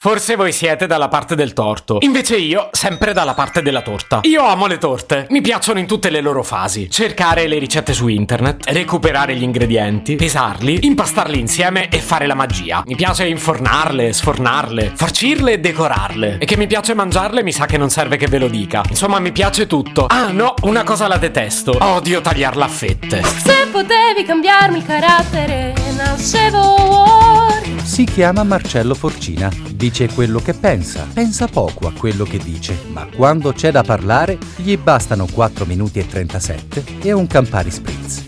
Forse voi siete dalla parte del torto, invece io sempre dalla parte della torta. Io amo le torte, mi piacciono in tutte le loro fasi. Cercare le ricette su internet, recuperare gli ingredienti, pesarli, impastarli insieme e fare la magia. Mi piace infornarle, sfornarle, farcirle e decorarle. E che mi piace mangiarle mi sa che non serve che ve lo dica. Insomma, mi piace tutto. Ah no, una cosa la detesto. Odio tagliarla a fette. Se potevi cambiarmi il carattere, nascevo Ward. Si chiama Marcello Forcina, dice quello che pensa poco a quello che dice, ma quando c'è da parlare gli bastano 4 minuti e 37 e un Campari Spritz.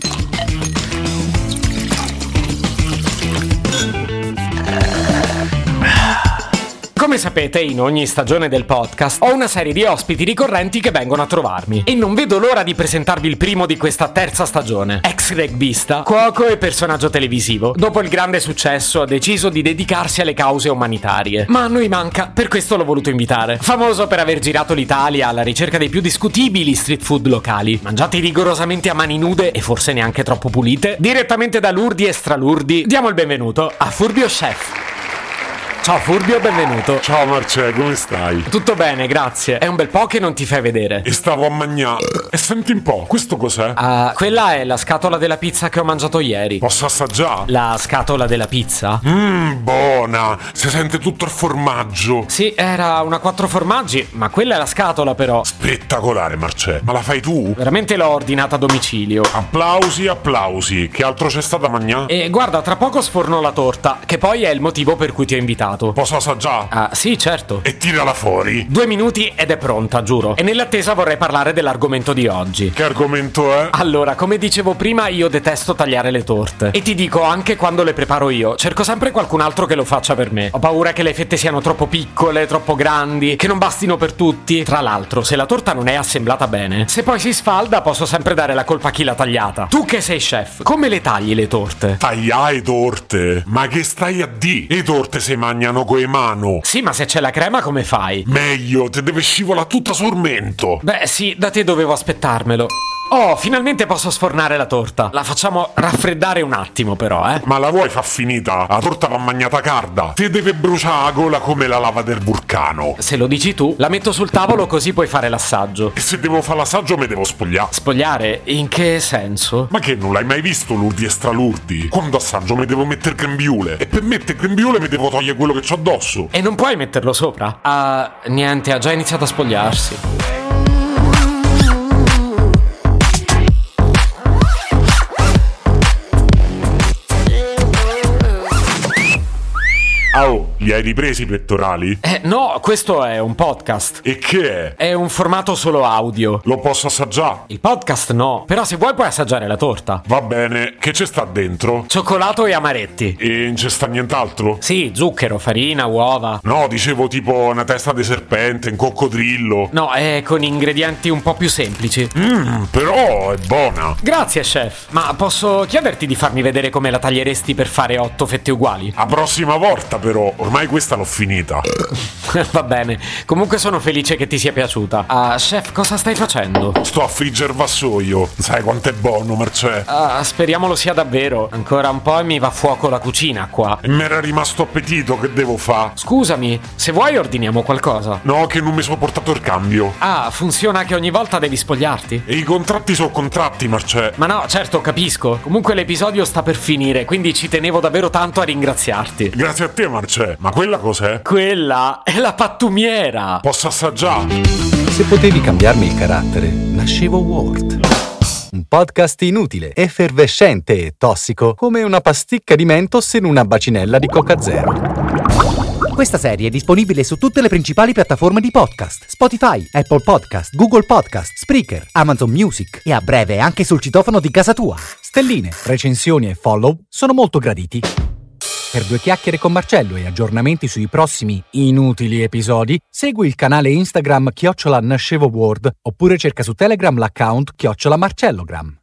Come sapete, in ogni stagione del podcast ho una serie di ospiti ricorrenti che vengono a trovarmi e non vedo l'ora di presentarvi il primo di questa terza stagione. Ex rugbista, cuoco e personaggio televisivo, dopo il grande successo ha deciso di dedicarsi alle cause umanitarie. Ma a noi manca, per questo l'ho voluto invitare. Famoso per aver girato l'Italia alla ricerca dei più discutibili street food locali, mangiati rigorosamente a mani nude e forse neanche troppo pulite, direttamente da Lurdi e Stralurdi, diamo il benvenuto a Furbio Chef. Ciao Furbio, benvenuto. Ciao Marcello, come stai? Tutto bene, grazie. È un bel po' che non ti fai vedere. E stavo a mangiare. E senti un po', questo cos'è? Quella è la scatola della pizza che ho mangiato ieri. Posso assaggiare? La scatola della pizza? Buona. Si sente tutto il formaggio. Sì, era una 4 formaggi, ma quella è la scatola però. Spettacolare, Marcello. Ma la fai tu? Veramente l'ho ordinata a domicilio. Applausi, applausi. Che altro c'è stato da mangiare? E guarda, tra poco sforno la torta, che poi è il motivo per cui ti ho invitato. Posso assaggiare? Ah, sì, certo. E tirala fuori. 2 minuti ed è pronta, giuro. E nell'attesa vorrei parlare dell'argomento di oggi. Che argomento è? Allora, come dicevo prima, io detesto tagliare le torte. E ti dico, anche quando le preparo io, cerco sempre qualcun altro che lo faccia per me. Ho paura che le fette siano troppo piccole, troppo grandi, che non bastino per tutti. Tra l'altro, se la torta non è assemblata bene, se poi si sfalda, posso sempre dare la colpa a chi l'ha tagliata. Tu che sei chef, come le tagli le torte? Tagliare torte? Ma che stai a di? Le torte si mangiano coi mano. Sì, ma se c'è la crema come fai? Meglio, te deve scivolare tutta sul mento. Beh sì, da te dovevo aspettarmelo. Oh, finalmente posso sfornare la torta. La facciamo raffreddare un attimo però, Ma la vuoi fa finita? La torta va mangiata calda. Te deve bruciare la gola come la lava del vulcano. Se lo dici tu, la metto sul tavolo così puoi fare l'assaggio. E se devo fare l'assaggio me devo spogliare. Spogliare? In che senso? Ma che, non l'hai mai visto Lurdi e Stralurdi? Quando assaggio mi devo mettere grembiule. E per mettere grembiule mi devo togliere quello che c'ho addosso. E non puoi metterlo sopra? Niente, ha già iniziato a spogliarsi. Oh, li hai ripresi i pettorali? No, questo è un podcast. E che è? È un formato solo audio. Lo posso assaggiare? Il podcast no, però se vuoi puoi assaggiare la torta. Va bene, che c'è sta dentro? Cioccolato e amaretti. E non c'è sta nient'altro? Sì, zucchero, farina, uova. No, dicevo tipo una testa di serpente, un coccodrillo. No, è con ingredienti un po' più semplici. Però è buona. Grazie, chef. Ma posso chiederti di farmi vedere come la taglieresti per fare 8 fette uguali? La prossima volta però, ormai questa l'ho finita. Va bene, comunque sono felice che ti sia piaciuta. Chef, cosa stai facendo? Sto a friggere vassoio. Sai quanto è buono, Marcè? Speriamo lo sia davvero. Ancora un po' e mi va a fuoco la cucina qua. E mi era rimasto appetito, che devo fare? Scusami, se vuoi ordiniamo qualcosa. No, che non mi sono portato il cambio. Funziona che ogni volta devi spogliarti? E i contratti sono contratti, Marcè. Ma no, certo, capisco. Comunque l'episodio sta per finire, quindi ci tenevo davvero tanto a ringraziarti. Grazie a te, Marcè. Ma quella cos'è? Quella è la pattumiera. Posso assaggiare? Se potevi cambiarmi il carattere, nascevo Ward. Un podcast inutile, effervescente e tossico, come una pasticca di Mentos in una bacinella di Coca Zero. Questa serie è disponibile su tutte le principali piattaforme di podcast: Spotify, Apple Podcast, Google Podcast, Spreaker, Amazon Music e a breve anche sul citofono di casa tua. Stelline, recensioni e follow sono molto graditi. Per 2 chiacchiere con Marcello e aggiornamenti sui prossimi inutili episodi, segui il canale Instagram @NascevoWord oppure cerca su Telegram l'account @Marcellogram.